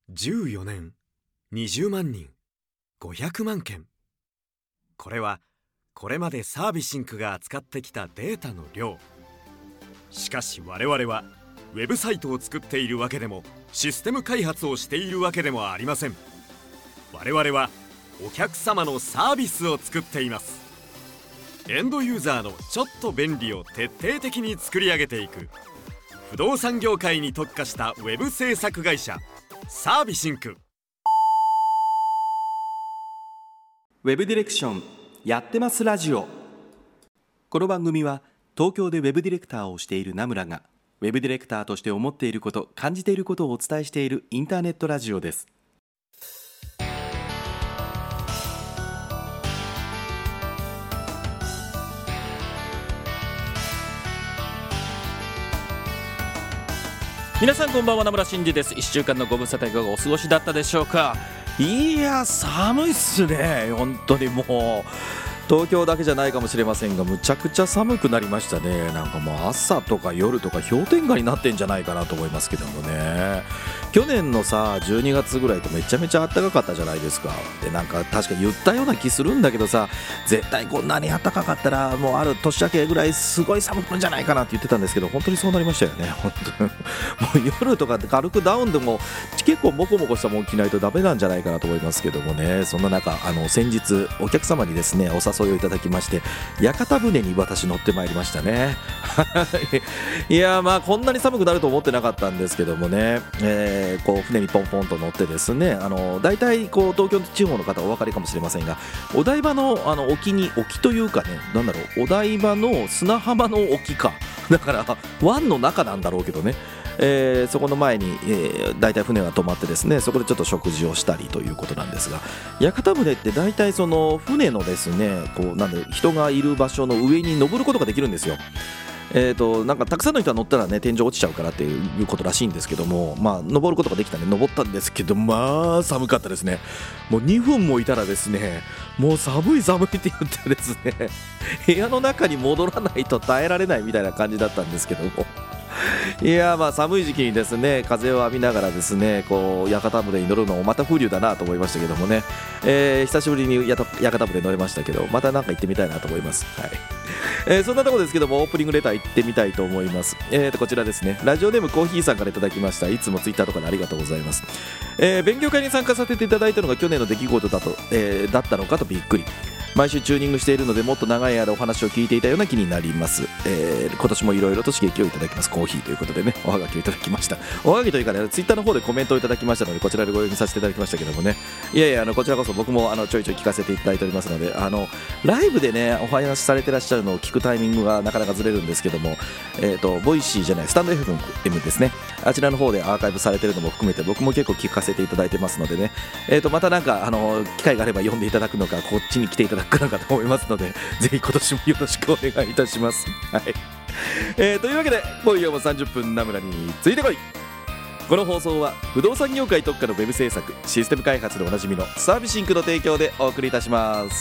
14年、20万人、500万件。これはこれまでサービシンクが扱ってきたデータの量。しかし我々はウェブサイトを作っているわけでもシステム開発をしているわけでもありません。我々はお客様のサービスを作っています。エンドユーザーのちょっと便利を徹底的に作り上げていく不動産業界に特化したウェブ制作会社サービシンク。 ウェブディレクションやってますラジオ。この番組は東京でウェブディレクターをしている名村がウェブディレクターとして思っていること、感じていることをお伝えしているインターネットラジオです。皆さんこんばんは、名村真司です。1週間のご無沙汰いかがお過ごしだったでしょうか。いや寒いっすね。本当にもう東京だけじゃないかもしれませんが、むちゃくちゃ寒くなりましたね。なんかもう朝とか夜とか氷点下になってんじゃないかなと思いますけどもね。去年のさ12月ぐらいとめちゃめちゃ暖かかったじゃないですか。でなんか確か言ったような気するんだけどさ、絶対こんなに暖かかったらもうある年明けぐらいすごい寒くなるんじゃないかなって言ってたんですけど、本当にそうなりましたよね。本当にもう夜とか軽くダウンでも結構モコモコしたもん着ないとダメなんじゃないかなと思いますけどもね。そんな中先日お客様にですねお誘いをいただきまして、屋形船に私乗ってまいりましたねいやまあこんなに寒くなると思ってなかったんですけどもね、こう船にポンポンと乗ってですね、大体こう東京地方の方お分かりかもしれませんが、お台場の沖というかね、なんだろう、お台場の砂浜の沖か、だから湾の中なんだろうけどね、そこの前に、大体船が止まってですね、そこでちょっと食事をしたりということなんですが、屋形船って大体その船のですね、こうなんで人がいる場所の上に登ることができるんですよ。なんかたくさんの人が乗ったらね天井落ちちゃうからっていうことらしいんですけども、まあ登ることができたんで登ったんですけど、まあ寒かったですね。もう2分もいたらですね、もう寒いって言ってですね部屋の中に戻らないと耐えられないみたいな感じだったんですけどもいやまあ寒い時期にですね風を浴びながらですねこう屋形船に乗るのもまた風流だなと思いましたけどもね、久しぶりに屋形船乗れましたけど、またなんか行ってみたいなと思います。はい、そんなところですけどもオープニングレター行ってみたいと思います。こちらですね、ラジオネームコーヒーさんからいただきました。いつもツイッターとかでありがとうございます。勉強会に参加させていただいたのが去年の出来事だったのかとびっくり。毎週チューニングしているのでもっと長い間お話を聞いていたような気になります。今年もいろいろと刺激をいただきます。コーヒーということでねおはがきをいただきました。おはがきというかねツイッターの方でコメントをいただきましたのでこちらでご読みさせていただきましたけどもね、いやいやこちらこそ僕もちょいちょい聞かせていただいておりますので、ライブでねお話しされてらっしゃるのを聞くタイミングがなかなかずれるんですけども、ボイシーじゃないスタンド FM ですね、あちらの方でアーカイブされてるのも含めて僕も結構聞かせていただいてますのでね、またなんか機会があれば読んでいただくのかこっちに来ていただくのかと思いますので、ぜひ今年もよろしくお願いいたします。はい、というわけで今夜も30分名村についてこい。この放送は不動産業界特化のウェブ制作システム開発でおなじみのサービシンクの提供でお送りいたします。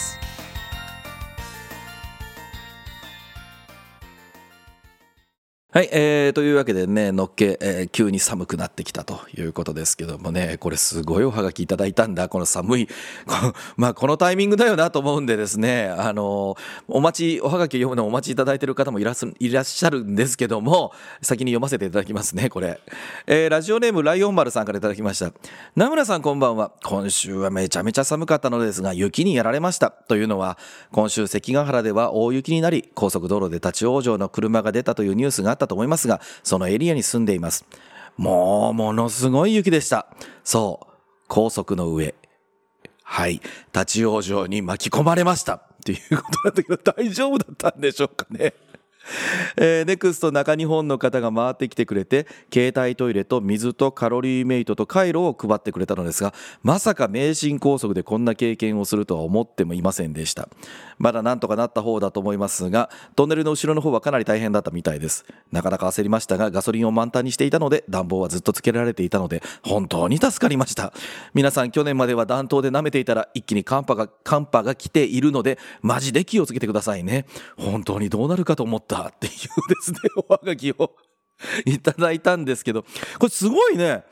はい、というわけでね急に寒くなってきたということですけどもね、これすごいおはがきいただいたんだ。この寒いまあこのタイミングだよなと思うんでですね、おはがきを読むのをお待ちいただいている方もいらっしゃるんですけども、先に読ませていただきますね。これ、ラジオネームライオン丸さんからいただきました。名村さんこんばんは。今週はめちゃめちゃ寒かったのですが雪にやられました。というのは今週関ヶ原では大雪になり高速道路で立ち往生の車が出たというニュースがあったと思いますが、そのエリアに住んでいます。ものすごい雪でした。そう高速の上、はい立ち往生に巻き込まれましたっていうことなんだけど、大丈夫だったんでしょうかね。ネクスト中日本の方が回ってきてくれて携帯トイレと水とカロリーメイトとカイロを配ってくれたのですが、まさか名神高速でこんな経験をするとは思ってもいませんでした。まだなんとかなった方だと思いますがトンネルの後ろの方はかなり大変だったみたいです。なかなか焦りましたがガソリンを満タンにしていたので暖房はずっとつけられていたので本当に助かりました。皆さん去年までは暖冬で舐めていたら一気に寒波が来ているのでマジで気をつけてくださいね。本当にどうなるかと思ったっていうですねおはがきをいただいたんですけど、これすごいね。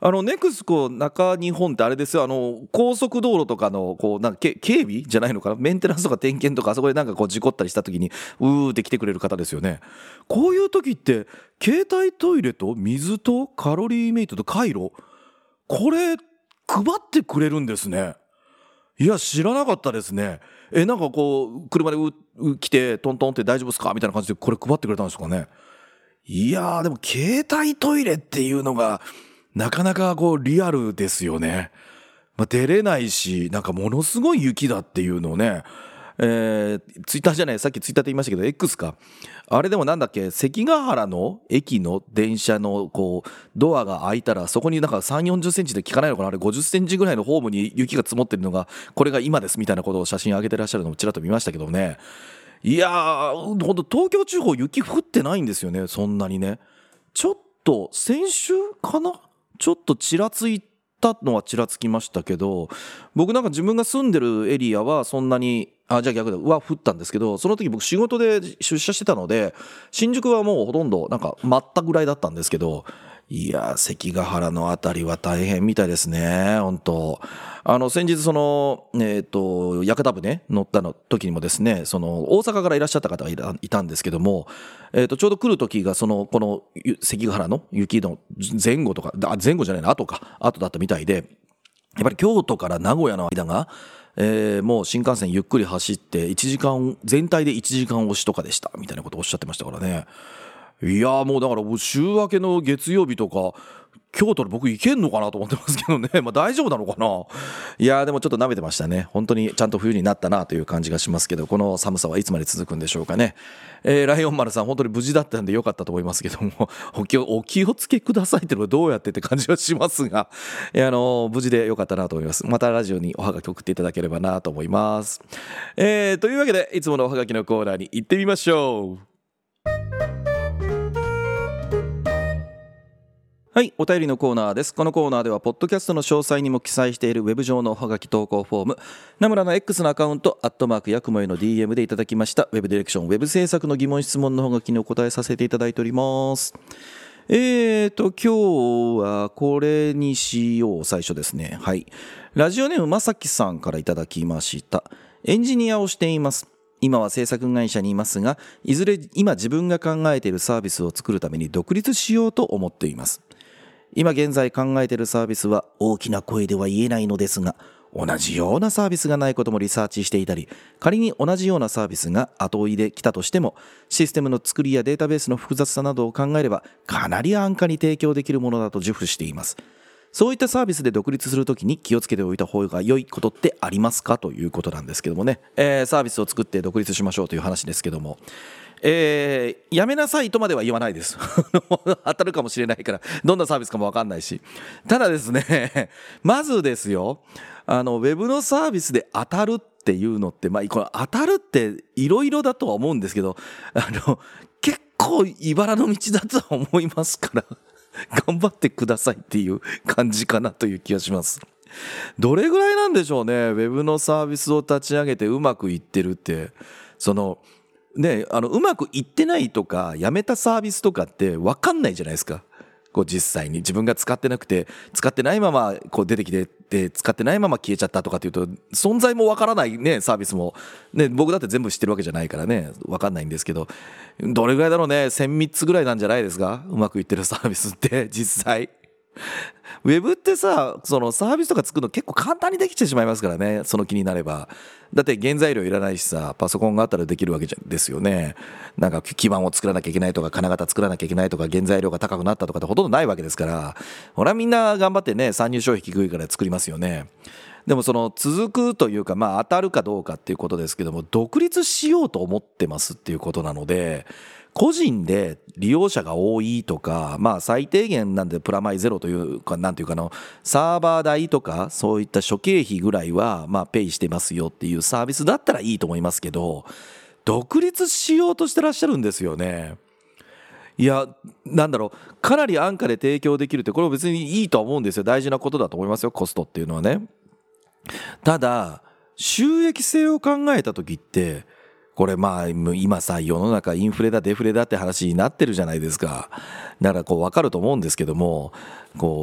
ネクスコ中日本ってあれですよ、高速道路とかのこうなんか警備じゃないのかな、メンテナンスとか点検とか、あそこでなんかこう事故ったりした時にって来てくれる方ですよね。こういう時って携帯トイレと水とカロリーメイトとカイロ、これ配ってくれるんですね。いや知らなかったですね。なんかこう車で来てトントンって大丈夫ですかみたいな感じでこれ配ってくれたんですかね。いやでも携帯トイレっていうのがなかなかこうリアルですよね。出れないし、なんかものすごい雪だっていうのをね、ツイッターじゃない、さっきツイッターって言いましたけど X か、あれでもなんだっけ、関ヶ原の駅の電車のこうドアが開いたらそこになんか3、40センチで効かないのかな、あれ50センチぐらいのホームに雪が積もってるのがこれが今ですみたいなことを写真上げてらっしゃるのもちらっと見ましたけどね。いやーほんと東京地方雪降ってないんですよね、そんなにね。ちょっと先週かな、ちょっとちらついたのはちらつきましたけど、僕なんか自分が住んでるエリアはそんなにじゃあ逆だ降ったんですけど、その時僕仕事で出社してたので新宿はもうほとんどなんか待ったぐらいだったんですけど、いや関ヶ原のあたりは大変みたいですね。本当先日その屋形船乗ったの時にもですね、その大阪からいらっしゃった方がいたんですけども、ちょうど来る時がこの関ヶ原の雪の前後とか、前後じゃないな、後だったみたいで、やっぱり京都から名古屋の間がもう新幹線ゆっくり走って1時間全体で1時間押しとかでしたみたいなことをおっしゃってましたからね。いやもうだから週明けの月曜日とか京都で僕行けんのかなと思ってますけどね。大丈夫なのかな。いやでもちょっと舐めてましたね。本当にちゃんと冬になったなという感じがしますけど、この寒さはいつまで続くんでしょうかね。ライオン丸さん本当に無事だったんでよかったと思いますけども、お気をつけくださいってのはどうやってって感じはしますが、無事でよかったなと思います。またラジオにおはがき送っていただければなと思います。というわけでいつものおはがきのコーナーに行ってみましょう。はい、お便りのコーナーです。このコーナーではポッドキャストの詳細にも記載しているウェブ上のおはがき投稿フォーム、名村の X のアカウント@やくもへの DM でいただきましたウェブディレクション、ウェブ制作の疑問質問のおはがきにお答えさせていただいております。今日はこれにしよう。最初ですね。はい、ラジオネームまさきさんからいただきました。エンジニアをしています。今は制作会社にいますが、いずれ今自分が考えているサービスを作るために独立しようと思っています。今現在考えているサービスは大きな声では言えないのですが、同じようなサービスがないこともリサーチしていたり、仮に同じようなサービスが後追いで来たとしても、システムの作りやデータベースの複雑さなどを考えればかなり安価に提供できるものだと自負しています。そういったサービスで独立するときに気をつけておいた方が良いことってありますかということなんですけどもね、サービスを作って独立しましょうという話ですけども、やめなさいとまでは言わないです当たるかもしれないからどんなサービスかも分かんないし、ただですねまずですよ、ウェブのサービスで当たるっていうのって、これ当たるっていろいろだとは思うんですけど、結構茨の道だとは思いますから頑張ってくださいっていう感じかなという気がします。どれぐらいなんでしょうね、ウェブのサービスを立ち上げてうまくいってるって。うまくいってないとかやめたサービスとかって分かんないじゃないですか。こう実際に自分が使ってなくて、使ってないままこう出てきてで使ってないまま消えちゃったとかっていうと、存在も分からないね、サービスもね、僕だって全部知ってるわけじゃないからね分かんないんですけど、どれぐらいだろうね、1000つぐらいなんじゃないですか、うまくいってるサービスって実際。ウェブってさ、そのサービスとか作るの結構簡単にできてしまいますからね、その気になれば。だって原材料いらないしさ、パソコンがあったらできるわけですよね。なんか基板を作らなきゃいけないとか金型作らなきゃいけないとか原材料が高くなったとかってほとんどないわけですから、ほらみんな頑張ってね、参入障壁低いから作りますよね。でもその続くというか、当たるかどうかっていうことですけども、独立しようと思ってますっていうことなので、個人で利用者が多いとか、最低限なんでプラマイゼロというか、なんていうかのサーバー代とかそういった諸経費ぐらいはペイしてますよっていうサービスだったらいいと思いますけど、独立しようとしてらっしゃるんですよね。いや、かなり安価で提供できるって、これは別にいいとは思うんですよ。大事なことだと思いますよ、コストっていうのはね。ただ収益性を考えた時って、これ今さ、世の中インフレだデフレだって話になってるじゃないですか。だから分かると思うんですけども、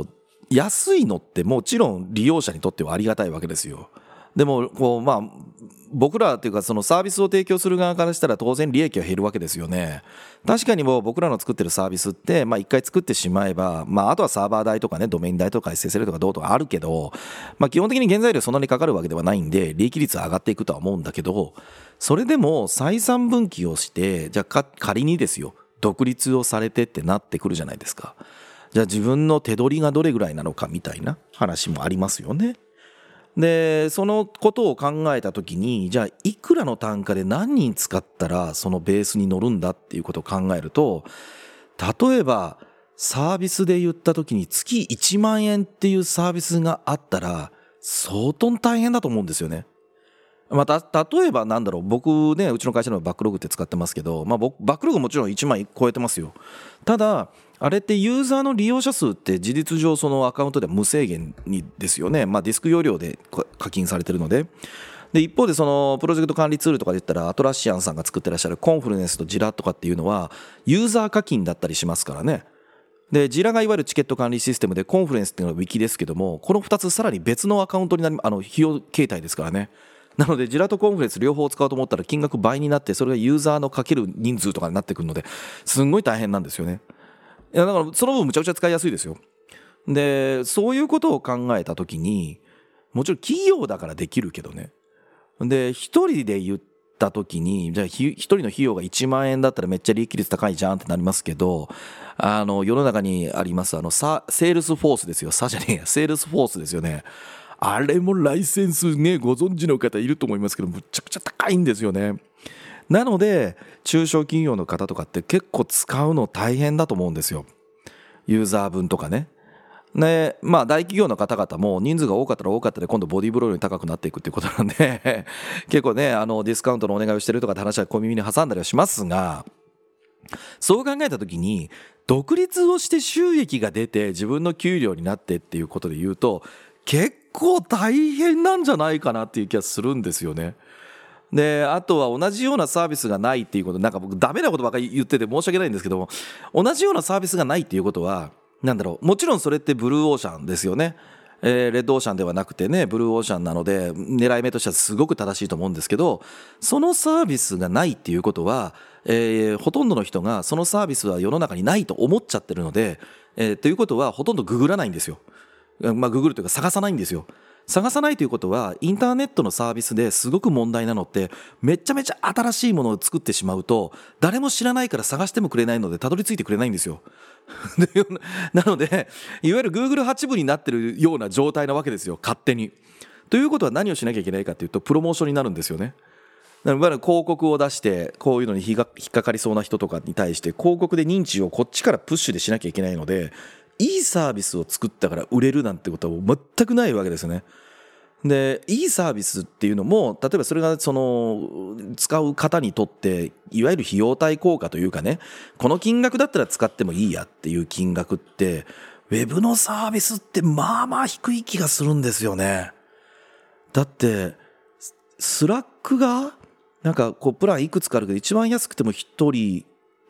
安いのってもちろん利用者にとってはありがたいわけですよ。でも僕らっていうかそのサービスを提供する側からしたら当然利益は減るわけですよね。確かにもう僕らの作ってるサービスって一回作ってしまえばあとはサーバー代とかねドメイン代とか SSL とかどうとかあるけど基本的に原材料そんなにかかるわけではないんで利益率は上がっていくとは思うんだけど、それでも採算分岐をしてじゃあ仮にですよ独立をされてってなってくるじゃないですか。じゃあ自分の手取りがどれぐらいなのかみたいな話もありますよね。でそのことを考えた時にじゃあいくらの単価で何人使ったらそのベースに乗るんだっていうことを考えると、例えばサービスで言った時に月1万円っていうサービスがあったら相当大変だと思うんですよね。例えば僕ねうちの会社のバックログって使ってますけど、バックログもちろん1万超えてますよ。ただあれってユーザーの利用者数って事実上そのアカウントでは無制限にですよね。ディスク容量で課金されてるので。一方でそのプロジェクト管理ツールとかで言ったらアトラシアンさんが作ってらっしゃるコンフルネスとジラとかっていうのはユーザー課金だったりしますからね。でジラがいわゆるチケット管理システムでコンフルネスっていうのはウィキですけども、この2つさらに別のアカウントになり費用形態ですからね。なのでジラとコンフルネス両方使おうと思ったら金額倍になって、それがユーザーのかける人数とかになってくるのですんごい大変なんですよね。だからその分むちゃくちゃ使いやすいですよ。でそういうことを考えた時にもちろん企業だからできるけどね。で一人で言った時にじゃあ一人の費用が1万円だったらめっちゃ利益率高いじゃんってなりますけど、世の中にありますセールスフォースですよ。セールスフォースですよね。あれもライセンスねご存知の方いると思いますけどむちゃくちゃ高いんですよね。なので中小企業の方とかって結構使うの大変だと思うんですよ。ユーザー分とかね。大企業の方々も人数が多かったら多かったで今度ボディーブローより高くなっていくっていうことなんで結構ねディスカウントのお願いをしてるとかって話は小耳に挟んだりはしますが、そう考えた時に独立をして収益が出て自分の給料になってっていうことで言うと結構大変なんじゃないかなっていう気がするんですよね。であとは同じようなサービスがないっていうこと、僕ダメなことばっかり言ってて申し訳ないんですけども、同じようなサービスがないっていうことはもちろんそれってブルーオーシャンですよね。レッドオーシャンではなくてねブルーオーシャンなので狙い目としてはすごく正しいと思うんですけど、そのサービスがないっていうことは、ほとんどの人がそのサービスは世の中にないと思っちゃってるので、ということはほとんどググらないんですよ。ググるというか探さないんですよ。探さないということはインターネットのサービスですごく問題なのってめちゃめちゃ新しいものを作ってしまうと誰も知らないから探してもくれないのでたどり着いてくれないんですよなのでいわゆる Google8 部になってるような状態なわけですよ勝手に。ということは何をしなきゃいけないかというとプロモーションになるんですよね。だから広告を出してこういうのに引っかかりそうな人とかに対して広告で認知をこっちからプッシュでしなきゃいけないので、いいサービスを作ったから売れるなんてことは全くないわけですよね。でいいサービスっていうのも例えばそれがその使う方にとっていわゆる費用対効果というかね、この金額だったら使ってもいいやっていう金額ってウェブのサービスって低い気がするんですよね。だってスラックがプランいくつかあるけど一番安くても1人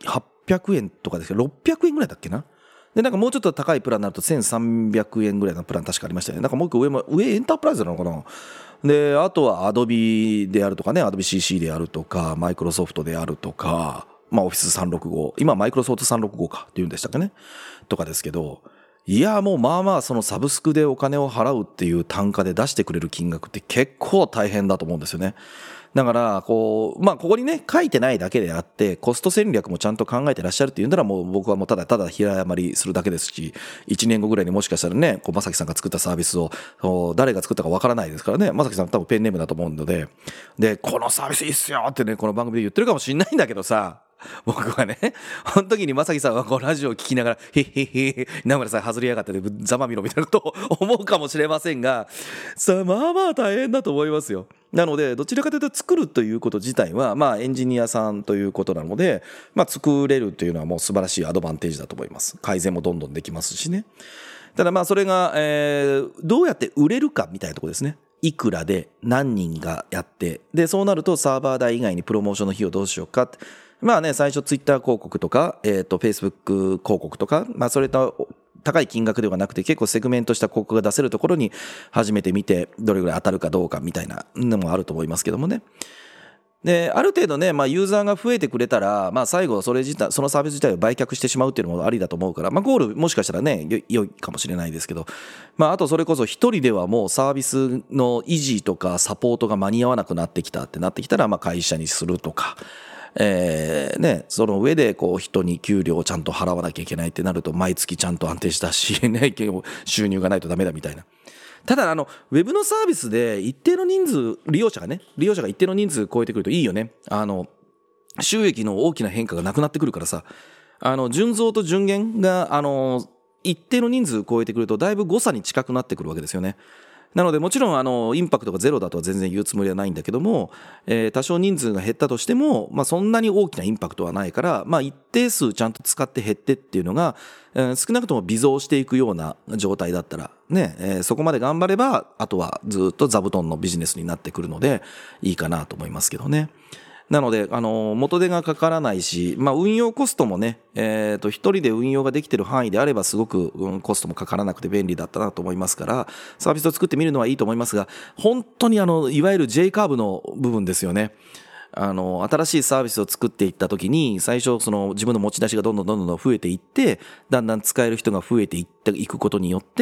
800円とかですけど600円ぐらいだっけな。でもうちょっと高いプランになると1300円ぐらいのプラン確かありましたね。もう一個上エンタープライズなのかな。であとはアドビであるとかね、アドビ CC であるとかマイクロソフトであるとかオフィス365、今マイクロソフト365かっていうんでしたっけねとかですけど、いやもうそのサブスクでお金を払うっていう単価で出してくれる金額って結構大変だと思うんですよね。だからここにね書いてないだけであってコスト戦略もちゃんと考えてらっしゃるっていうんならもう僕はもうただ平謝りするだけですし、1年後ぐらいにもしかしたらね正木さんが作ったサービスを誰が作ったかわからないですからね、正木さん多分ペンネームだと思うのでこのサービスいいっすよってねこの番組で言ってるかもしれないんだけどさ、僕はねこの時に正木さんはこうラジオを聞きながらへっへっへ名村さん外れやがってざまみろみたいなことを思うかもしれませんがさあ大変だと思いますよ。なのでどちらかというと作るということ自体はエンジニアさんということなので、作れるというのはもう素晴らしいアドバンテージだと思います。改善もどんどんできますしね。ただそれが、どうやって売れるかみたいなところですね。いくらで何人がやってでそうなるとサーバー代以外にプロモーションの費用どうしようか最初ツイッター広告とか、フェイスブック広告とか、それと高い金額ではなくて結構セグメントした広告が出せるところに初めて見てどれぐらい当たるかどうかみたいなのもあると思いますけどもね。である程度ね、ユーザーが増えてくれたら、最後そのサービス自体を売却してしまうっていうのもありだと思うから、ゴールもしかしたらね良いかもしれないですけど、あとそれこそ一人ではもうサービスの維持とかサポートが間に合わなくなってきたってなってきたら、会社にするとか、その上で人に給料をちゃんと払わなきゃいけないってなると毎月ちゃんと安定した収入がないとダメだみたいな。ただウェブのサービスで一定の人数利用者が一定の人数超えてくるといいよね。収益の大きな変化がなくなってくるからさ、純増と純減が一定の人数超えてくるとだいぶ誤差に近くなってくるわけですよね。なのでもちろんインパクトがゼロだとは全然言うつもりはないんだけども、多少人数が減ったとしても、そんなに大きなインパクトはないから、一定数ちゃんと使って減ってっていうのが、少なくとも微増していくような状態だったらね、そこまで頑張ればあとはずっと座布団のビジネスになってくるのでいいかなと思いますけどね。なので元手がかからないし、運用コストもね、一人で運用ができている範囲であればすごく、コストもかからなくて便利だったなと思いますから、サービスを作ってみるのはいいと思いますが、本当にいわゆる J カーブの部分ですよね。新しいサービスを作っていった時に最初自分の持ち出しがどんどん増えていって、だんだん使える人が増えていくことによって、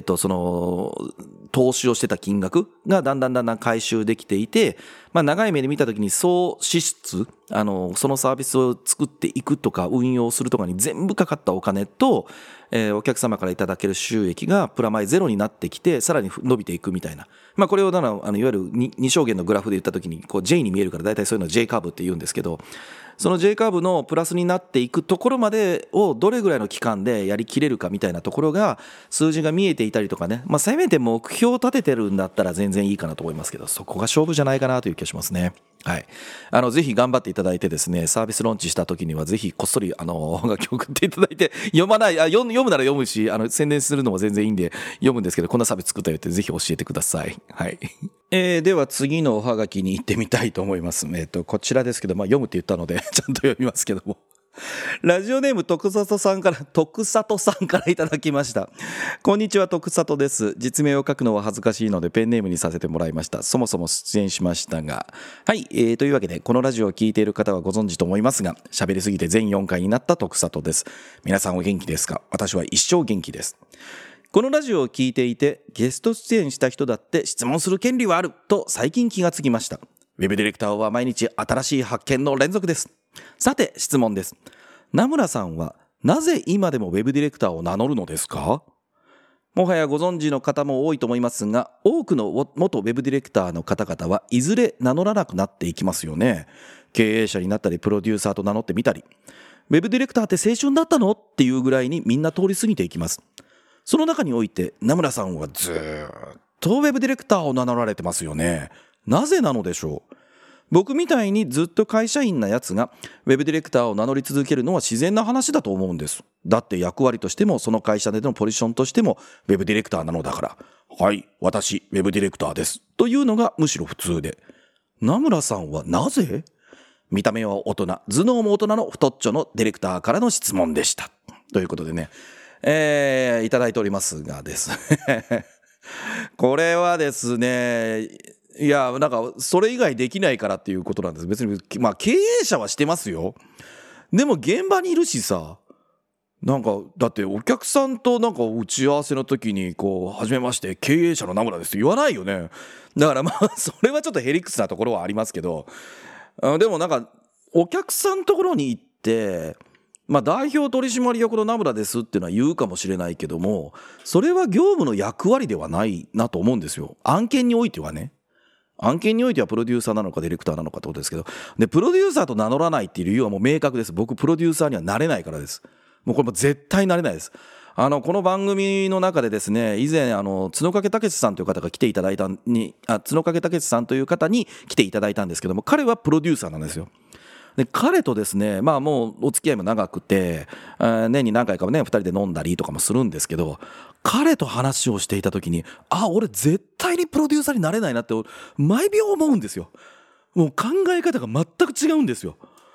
投資をしてた金額がだんだん回収できていて、長い目で見た時に総支出、そのサービスを作っていくとか運用するとかに全部かかったお金と、お客様からいただける収益がプラマイゼロになってきてさらに伸びていくみたいな、これをいわゆる二象限のグラフで言った時にJ に見えるから大体そういうのを J カーブって言うんですけど、その J カーブのプラスになっていくところまでをどれぐらいの期間でやりきれるかみたいなところが数字が見えていたりとかね、せめて目標を立ててるんだったら全然いいかなと思いますけど、そこが勝負じゃないかなという気がしますね。はい。ぜひ頑張っていただいてですね、サービスローンチした時にはぜひこっそりがき送っていただいて、読むなら読むし、宣伝するのも全然いいんで読むんですけど、こんなサービス作ったよってぜひ教えてください。はい。では次のおはがきに行ってみたいと思います。こちらですけど、読むって言ったのでちゃんと読みますけども。ラジオネーム徳里さんからいただきました。こんにちは、徳里です。実名を書くのは恥ずかしいのでペンネームにさせてもらいました。そもそも出演しましたが、はい、というわけでこのラジオを聞いている方はご存知と思いますが、喋りすぎて全4回になった徳里です。皆さんお元気ですか？私は一生元気です。このラジオを聞いていてゲスト出演した人だって質問する権利はあると最近気がつきました。ウェブディレクターは毎日新しい発見の連続です。さて質問です。名村さんはなぜ今でもウェブディレクターを名乗るのですか？もはやご存知の方も多いと思いますが、多くの元ウェブディレクターの方々はいずれ名乗らなくなっていきますよね。経営者になったりプロデューサーと名乗ってみたり、ウェブディレクターって青春だったのっていうぐらいにみんな通り過ぎていきます。その中において名村さんはずっとウェブディレクターを名乗られてますよね。なぜなのでしょう？僕みたいにずっと会社員なやつがウェブディレクターを名乗り続けるのは自然な話だと思うんです。だって役割としてもその会社でのポジションとしてもウェブディレクターなのだから、はい、私ウェブディレクターですというのがむしろ普通で、名村さんはなぜ？見た目は大人、頭脳も大人の太っちょのディレクターからの質問でした。ということでね、いただいておりますがですこれはですね、いやなんかそれ以外できないからっていうことなんです。別に経営者はしてますよ。でも現場にいるしさ、なんかだってお客さんとなんか打ち合わせの時に初めまして経営者の名村ですって言わないよね。だからそれはちょっとヘリクスなところはありますけど、でもなんかお客さんのところに行って代表取締役の名村ですっていうのは言うかもしれないけども、それは業務の役割ではないなと思うんですよ。案件においてはね。案件においてはプロデューサーなのかディレクターなのかってことですけど、でプロデューサーと名乗らないっていう理由はもう明確です。僕プロデューサーにはなれないからです。もうこれも絶対なれないです。この番組の中でですね、以前角掛武さんという方が来ていただいた角掛武さんという方に来ていただいたんですけども、彼はプロデューサーなんですよ。で彼とですね、もうお付き合いも長くて、年に何回かもね2人で飲んだりとかもするんですけど、彼と話をしていた時に俺絶対にプロデューサーになれないなって毎秒思うんですよ。もう考え方が全く違うんですよ。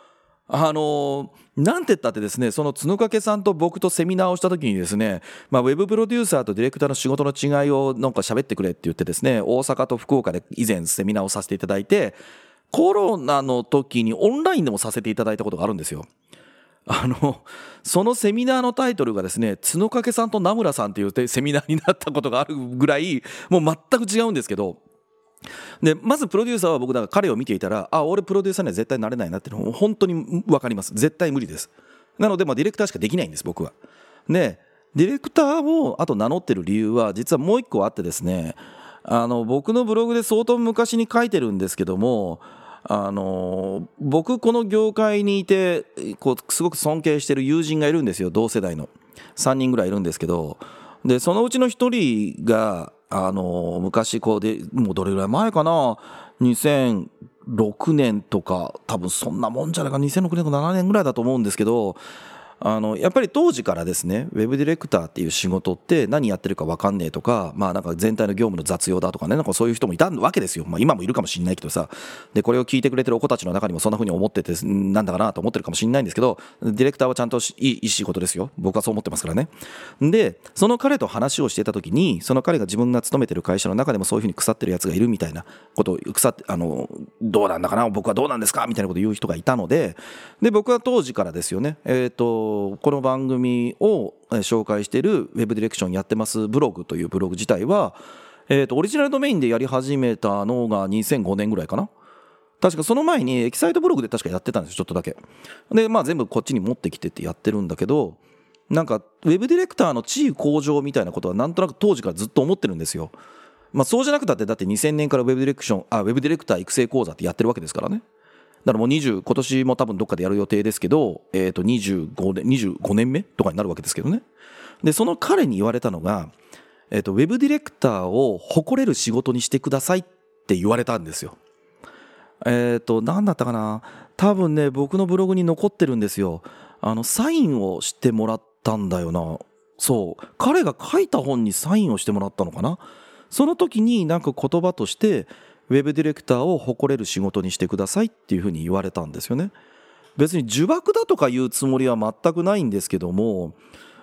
なんて言ったってですね、その角掛さんと僕とセミナーをした時にですね、ウェブプロデューサーとディレクターの仕事の違いをなんか喋ってくれって言ってですね、大阪と福岡で以前セミナーをさせていただいて、コロナの時にオンラインでもさせていただいたことがあるんですよ。そのセミナーのタイトルがですね、角掛さんと名村さんっていうセミナーになったことがあるぐらい、もう全く違うんですけど、でまずプロデューサーは僕だから彼を見ていたら、俺プロデューサーには絶対なれないなっていうのも本当に分かります。絶対無理です。なのでディレクターしかできないんです僕は。でディレクターをあと名乗ってる理由は実はもう一個あってですね、僕のブログで相当昔に書いてるんですけども、僕この業界にいてすごく尊敬してる友人がいるんですよ。同世代の3人ぐらいいるんですけど、でそのうちの1人が昔でもうどれぐらい前かな、2006年とか多分そんなもんじゃないか、2006年か7年ぐらいだと思うんですけど、やっぱり当時からですね、ウェブディレクターっていう仕事って何やってるか分かんねえとか、なんか全体の業務の雑用だとかね、なんかそういう人もいたわけですよ。今もいるかもしれないけどさ。でこれを聞いてくれてるお子たちの中にもそんな風に思っててなんだかなと思ってるかもしれないんですけど、ディレクターはちゃんといい仕事ですよ。僕はそう思ってますからね。でその彼と話をしていた時に、その彼が自分が勤めてる会社の中でもそういう風に腐ってるやつがいるみたいなことをどうなんだかな、僕はどうなんですかみたいなことを言う人がいたので、僕は当時からですよね、この番組を紹介しているウェブディレクションやってますブログというブログ自体は、オリジナルドメインでやり始めたのが2005年ぐらいかな。確かその前にエキサイトブログで確かやってたんですよ、ちょっとだけで。全部こっちに持ってきてってやってるんだけど、なんかウェブディレクターの地位向上みたいなことはなんとなく当時からずっと思ってるんですよ。そうじゃなくたってだって2000年からウェブディレクター育成講座ってやってるわけですからね。だからもう今年も多分どっかでやる予定ですけど、25年目とかになるわけですけどね。でその彼に言われたのが、ウェブディレクターを誇れる仕事にしてくださいって言われたんですよ。何だったかな、多分ね僕のブログに残ってるんですよ。サインをしてもらったんだよな。そう彼が書いた本にサインをしてもらったのかな。その時になんか言葉としてウェブディレクターを誇れる仕事にしてくださいっていうふうに言われたんですよね。別に呪縛だとかいうつもりは全くないんですけども、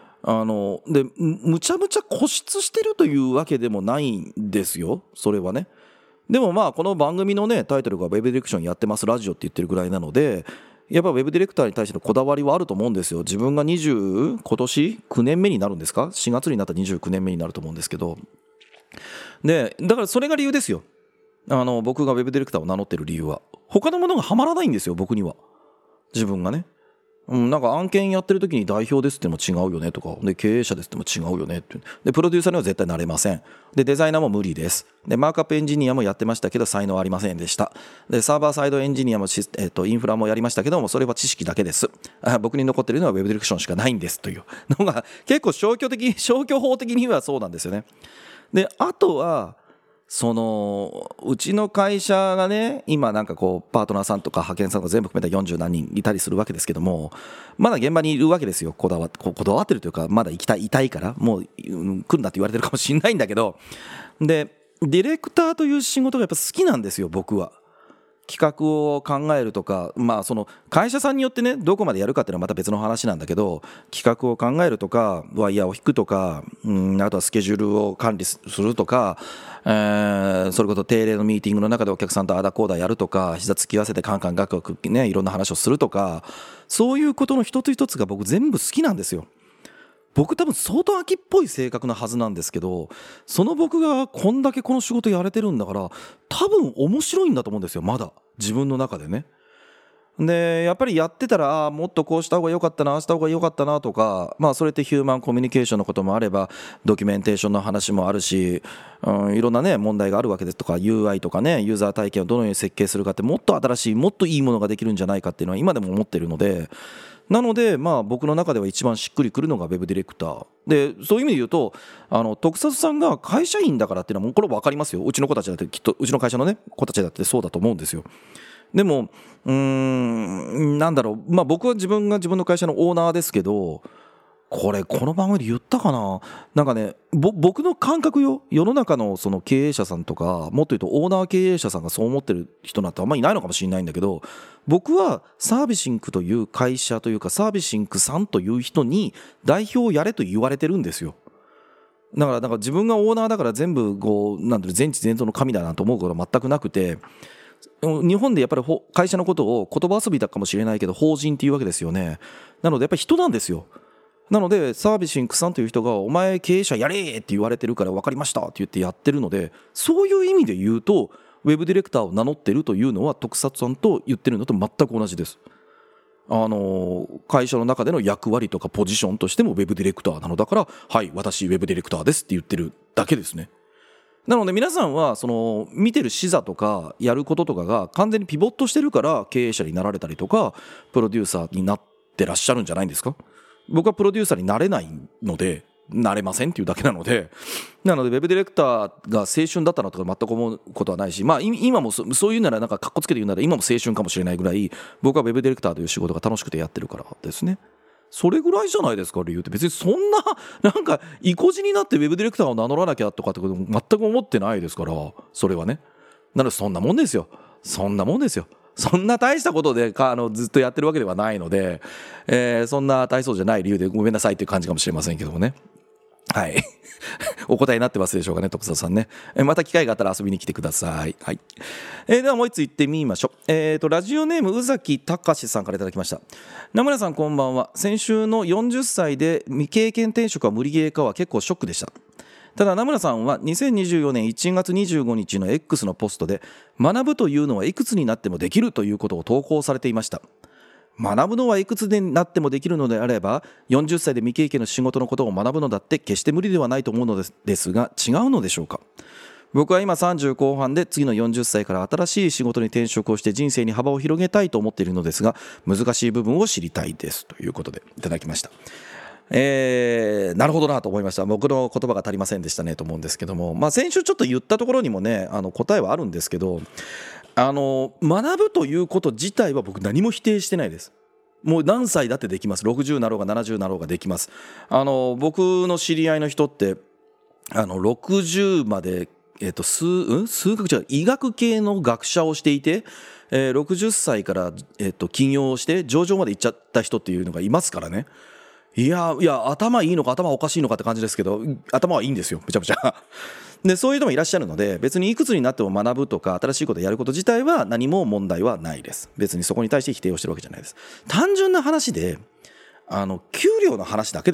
むちゃむちゃ固執してるというわけでもないんですよ、それはね。でもこの番組のねタイトルがウェブディレクションやってますラジオって言ってるぐらいなので、やっぱウェブディレクターに対してのこだわりはあると思うんですよ。自分が今年9年目になるんですか、4月になったら29年目になると思うんですけど、でだからそれが理由ですよ。僕がウェブディレクターを名乗ってる理由は他のものがはまらないんですよ、僕には。自分がね、なんか案件やってる時に代表ですってのも違うよねとかで、経営者ですっても違うよねって、でプロデューサーには絶対なれません。でデザイナーも無理です。でマークアップエンジニアもやってましたけど才能ありませんでした。でサーバーサイドエンジニアもインフラもやりましたけども、それは知識だけです。僕に残っているのはウェブディレクションしかないんですというのが結構消去法的にはそうなんですよね。であとはうちの会社がね、今なんかパートナーさんとか派遣さんとか全部含めた40何人いたりするわけですけども、まだ現場にいるわけですよ。こだわってるというか、まだいたいからもう来るんだって言われてるかもしれないんだけど、でディレクターという仕事がやっぱ好きなんですよ、僕は。企画を考えるとか、その会社さんによってねどこまでやるかっていうのはまた別の話なんだけど、企画を考えるとかワイヤーを引くとか、あとはスケジュールを管理するとか、それこそ定例のミーティングの中でお客さんとあだこうだやるとか、膝突き合わせてカンカンガクガクねいろんな話をするとか、そういうことの一つ一つが僕全部好きなんですよ。僕多分相当秋っぽい性格なはずなんですけど、その僕がこんだけこの仕事やれてるんだから多分面白いんだと思うんですよ、まだ自分の中でね。でやっぱりやってたらもっとこうした方が良かったな、ああした方が良かったなとか、それってヒューマンコミュニケーションのこともあればドキュメンテーションの話もあるし、いろんなね問題があるわけですとか、 UI とかねユーザー体験をどのように設計するかって、もっと新しいもっといいものができるんじゃないかっていうのは今でも思ってるので、なので僕の中では一番しっくりくるのがウェブディレクターで、そういう意味で言うと特撮さんが会社員だからっていうのはもうこれ分かりますよ。うちの子たちだってきっとうちの会社のね子たちだってそうだと思うんですよ。でもなんだろう、僕は自分が自分の会社のオーナーですけど、 この番組で言ったかな。なんかね、僕の感覚よ。世の中のその経営者さんとか、もっと言うとオーナー経営者さんがそう思ってる人なんてあんまりいないのかもしれないんだけど、僕はサービシンクという会社というか、サービシンクさんという人に代表をやれと言われてるんですよ。だからなんか自分がオーナーだから全部こうなんていうの全知全能の神だなと思うことは全くなくて、日本でやっぱり会社のことを言葉遊びだかもしれないけど法人っていうわけですよね。なのでやっぱり人なんですよ。なのでサービシンクさんという人がお前経営者やれって言われてるから分かりましたって言ってやってるので、そういう意味で言うとウェブディレクターを名乗ってるというのは特撮さんと言ってるのと全く同じです。会社の中での役割とかポジションとしてもウェブディレクターなのだから、はい私ウェブディレクターですって言ってるだけですね。なので皆さんはその見てる視座とかやることとかが完全にピボットしてるから経営者になられたりとかプロデューサーになってらっしゃるんじゃないんですか。僕はプロデューサーになれないのでなれませんっていうだけなので、ウェブディレクターが青春だったなとか全く思うことはないし、まあ今もそういうならなんかカッコつけて言うなら今も青春かもしれないぐらい僕はウェブディレクターという仕事が楽しくてやってるからですね。それぐらいじゃないですか理由って。別にそんななんか意固地になってウェブディレクターを名乗らなきゃとかってことも全く思ってないですから、それはね。なのでそんなもんですよ。そんな大したことでずっとやってるわけではないので、そんな大層じゃない理由でごめんなさいっていう感じかもしれませんけどもね。はいお答えになってますでしょうかね、徳澤さんね。また機会があったら遊びに来てください。はい。ではもう一つ行ってみましょう。ラジオネーム宇崎隆さんからいただきました。名村さんこんばんは。先週の40歳で未経験転職は無理ゲーかは結構ショックでした。ただ名村さんは2024年1月25日の X のポストで学ぶというのはいくつになってもできるということを投稿されていました。学ぶのはいくつになってもできるのであれば40歳で未経験の仕事のことを学ぶのだって決して無理ではないと思うのですが違うのでしょうか。僕は今30後半で次の40歳から新しい仕事に転職をして人生に幅を広げたいと思っているのですが難しい部分を知りたいですということでいただきました。なるほどなと思いました。僕の言葉が足りませんでしたねと思うんですけども、先週ちょっと言ったところにもね答えはあるんですけど、学ぶということ自体は僕何も否定してないです。もう何歳だってできます。60なろうが70なろうができます。僕の知り合いの人って60まで、数学医学系の学者をしていて、60歳から、起業をして上場まで行っちゃった人っていうのがいますからね。いや頭いいのか頭おかしいのかって感じですけど頭はいいんですよめちゃめちゃでそういう人もいらっしゃるので別にいくつになっても学ぶとか新しいことをやること自体は何も問題はないです。別にそこに対して否定をしてるわけじゃないです。単純な話で給料の話だけです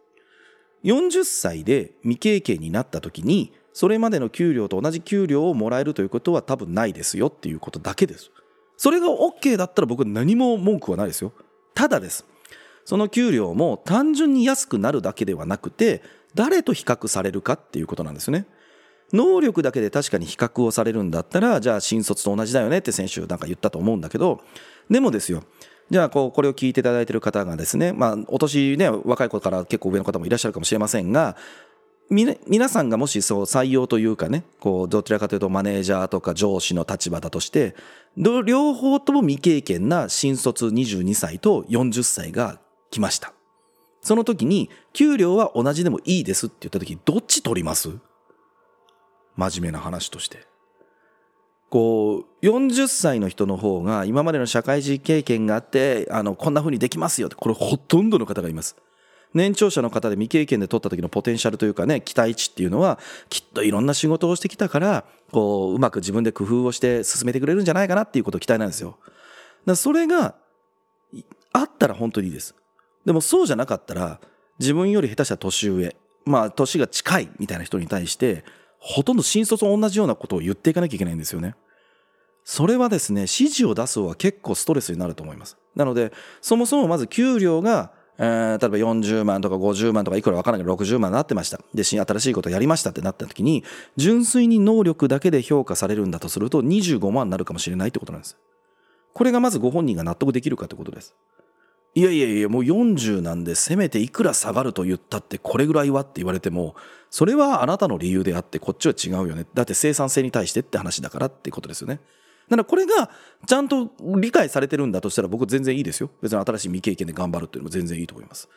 。40歳で未経験になった時にそれまでの給料と同じ給料をもらえるということは多分ないですよっていうことだけです。それが OK だったら僕は何も文句はないですよ。ただですその給料も単純に安くなるだけではなくて誰と比較されるかっていうことなんですよね。能力だけで確かに比較をされるんだったらじゃあ新卒と同じだよねって先週なんか言ったと思うんだけど、でもですよじゃあこれを聞いていただいている方がですね、お年ね若い子から結構上の方もいらっしゃるかもしれませんが皆さんがもしそう採用というかねどちらかというとマネージャーとか上司の立場だとして両方とも未経験な新卒22歳と40歳が来ました。その時に給料は同じでもいいですって言った時どっち取ります？真面目な話として40歳の人の方が今までの社会人経験があってこんな風にできますよってこれほとんどの方がいます。年長者の方で未経験で取った時のポテンシャルというかね期待値っていうのはきっといろんな仕事をしてきたからうまく自分で工夫をして進めてくれるんじゃないかなっていうことを期待なんですよ。だからそれがあったら本当にいいです。でもそうじゃなかったら自分より下手したら年上年が近いみたいな人に対してほとんど新卒と同じようなことを言っていかなきゃいけないんですよね。それはですね指示を出す方は結構ストレスになると思います。なのでそもそもまず給料が例えば40万とか50万とかいくら分からないけど60万になってました。で新しいことをやりましたってなった時に純粋に能力だけで評価されるんだとすると25万になるかもしれないってことなんです。これがまずご本人が納得できるかってことです。いやもう40なんでせめていくら下がると言ったってこれぐらいはって言われてもそれはあなたの理由であってこっちは違うよね。だって生産性に対してって話だからってことですよね。だからこれがちゃんと理解されてるんだとしたら僕全然いいですよ。別に新しい未経験で頑張るっていうのも全然いいと思います。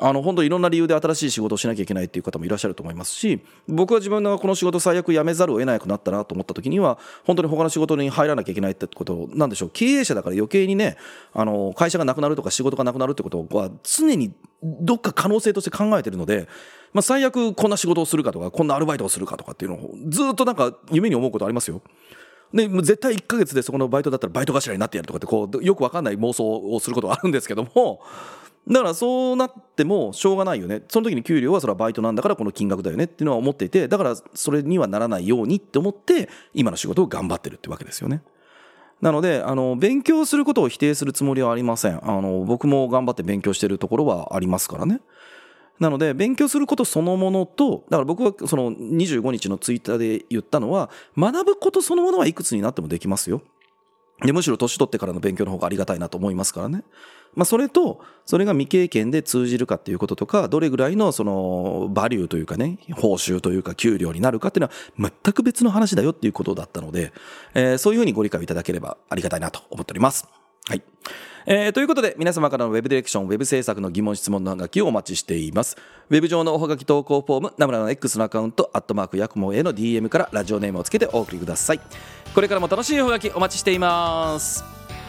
本当にいろんな理由で新しい仕事をしなきゃいけないっていう方もいらっしゃると思いますし、僕は自分がこの仕事最悪辞めざるを得なくなったなと思った時には本当に他の仕事に入らなきゃいけないってことなんでしょう。経営者だから余計にね、会社がなくなるとか仕事がなくなるってことは常にどっか可能性として考えてるので、最悪こんな仕事をするかとかこんなアルバイトをするかとかっていうのをずっとなんか夢に思うことありますよ。で絶対1ヶ月でそこのバイトだったらバイト頭になってやるとかってこうよく分かんない妄想をすることがあるんですけども、だからそうなってもしょうがないよね。その時に給料はそれはバイトなんだからこの金額だよねっていうのは思っていて、だからそれにはならないようにって思って今の仕事を頑張ってるってわけですよね。なので勉強することを否定するつもりはありません。僕も頑張って勉強してるところはありますからね。なので勉強することそのものと、だから僕はその25日のツイッターで言ったのは、学ぶことそのものはいくつになってもできますよ。でむしろ年取ってからの勉強の方がありがたいなと思いますからね。それとそれが未経験で通じるかっていうこととか、どれぐらいのそのバリューというかね、報酬というか給料になるかっていうのは全く別の話だよっていうことだったので、そういうふうにご理解いただければありがたいなと思っております。はい。ということで皆様からのウェブディレクション、ウェブ制作の疑問質問のハガキをお待ちしています。ウェブ上のおはがき投稿フォーム、ナムラの X のアカウント@ヤクモへの DM からラジオネームをつけてお送りください。これからも楽しいおはがきお待ちしています。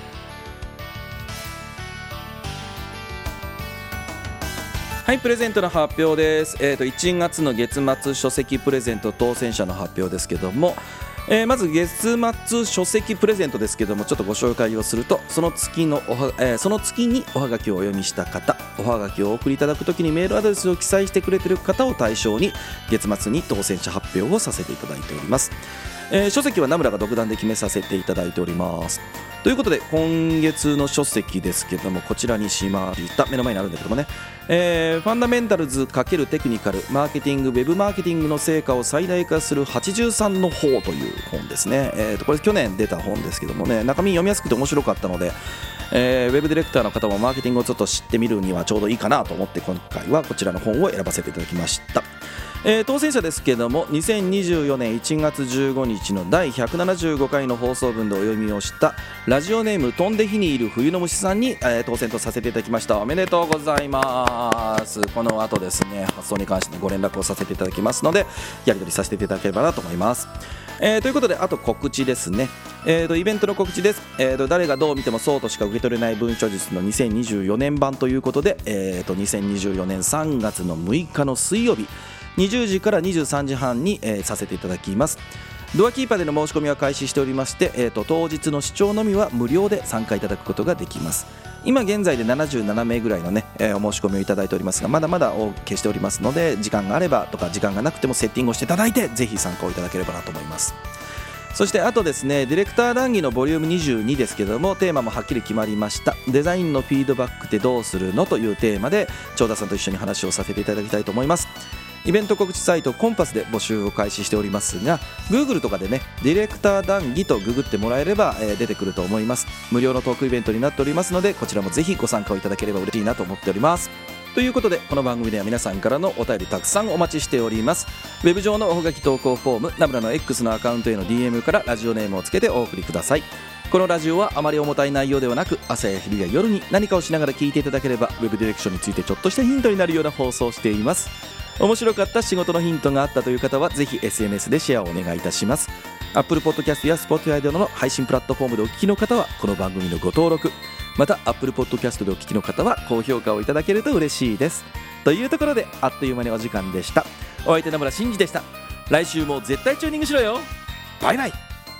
はい、プレゼントの発表です。1月の月末書籍プレゼント当選者の発表ですけども、まず月末書籍プレゼントですけども、ちょっとご紹介をすると、その月におはがきをお読みした方、おはがきをお送りいただくときにメールアドレスを記載してくれている方を対象に月末に当選者発表をさせていただいております。書籍はナムラが独断で決めさせていただいております。ということで今月の書籍ですけども、こちらにしました。目の前にあるんだけどもね、ファンダメンタルズ×テクニカルマーケティングウェブマーケティングの成果を最大化する83の法という本ですね。これ去年出た本ですけどもね、中身読みやすくて面白かったので、ウェブディレクターの方もマーケティングをちょっと知ってみるにはちょうどいいかなと思って今回はこちらの本を選ばせていただきました。当選者ですけども、2024年1月15日の第175回の放送分でお読みをしたラジオネーム飛んで火にいる冬の虫さんに、当選とさせていただきました。おめでとうございます。この後ですね、発送に関してご連絡をさせていただきますので、やり取りさせていただければなと思います。ということで、あと告知ですね。イベントの告知です。誰がどう見てもそうとしか受け取れない文書術の2024年版ということで、2024年3月の6日の水曜日20時から23時半に、させていただきます。ドアキーパーでの申し込みは開始しておりまして、当日の視聴のみは無料で参加いただくことができます。今現在で77名ぐらいのね、お申し込みをいただいておりますが、まだまだ消しておりますので、時間があればとか時間がなくてもセッティングをしていただいてぜひ参加をいただければなと思います。そしてあとですね、ディレクター談義のボリューム22ですけども、テーマもはっきり決まりました。デザインのフィードバックってどうするのというテーマで長田さんと一緒に話をさせていただきたいと思います。イベント告知サイトコンパスで募集を開始しておりますが、 Google とかでねディレクター談義とググってもらえれば、出てくると思います。無料のトークイベントになっておりますので、こちらもぜひご参加をいただければ嬉しいなと思っております。ということで、この番組では皆さんからのお便りたくさんお待ちしております。ウェブ上のおはがき投稿フォーム、ナムラの X のアカウントへの DM からラジオネームをつけてお送りください。このラジオはあまり重たい内容ではなく、朝や昼や夜に何かをしながら聞いていただければ、ウェブディレクションについてちょっとしたヒントになるような放送をしています。面白かった仕事のヒントがあったという方はぜひ SNS でシェアをお願いいたします。 Apple Podcast や Spotify などの配信プラットフォームでお聞きの方はこの番組のご登録、また Apple Podcast でお聞きの方は高評価をいただけると嬉しいです。というところで、あっという間にお時間でした。お相手名村真司でした。来週も絶対チューニングしろよ。バイバイ。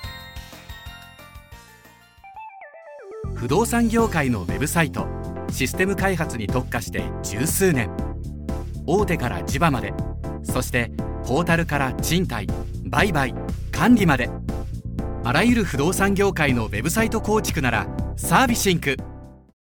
不動産業界のウェブサイト、システム開発に特化して十数年、大手から地場まで、そしてポータルから賃貸、売買、管理まで、あらゆる不動産業界のウェブサイト構築ならサービシンク。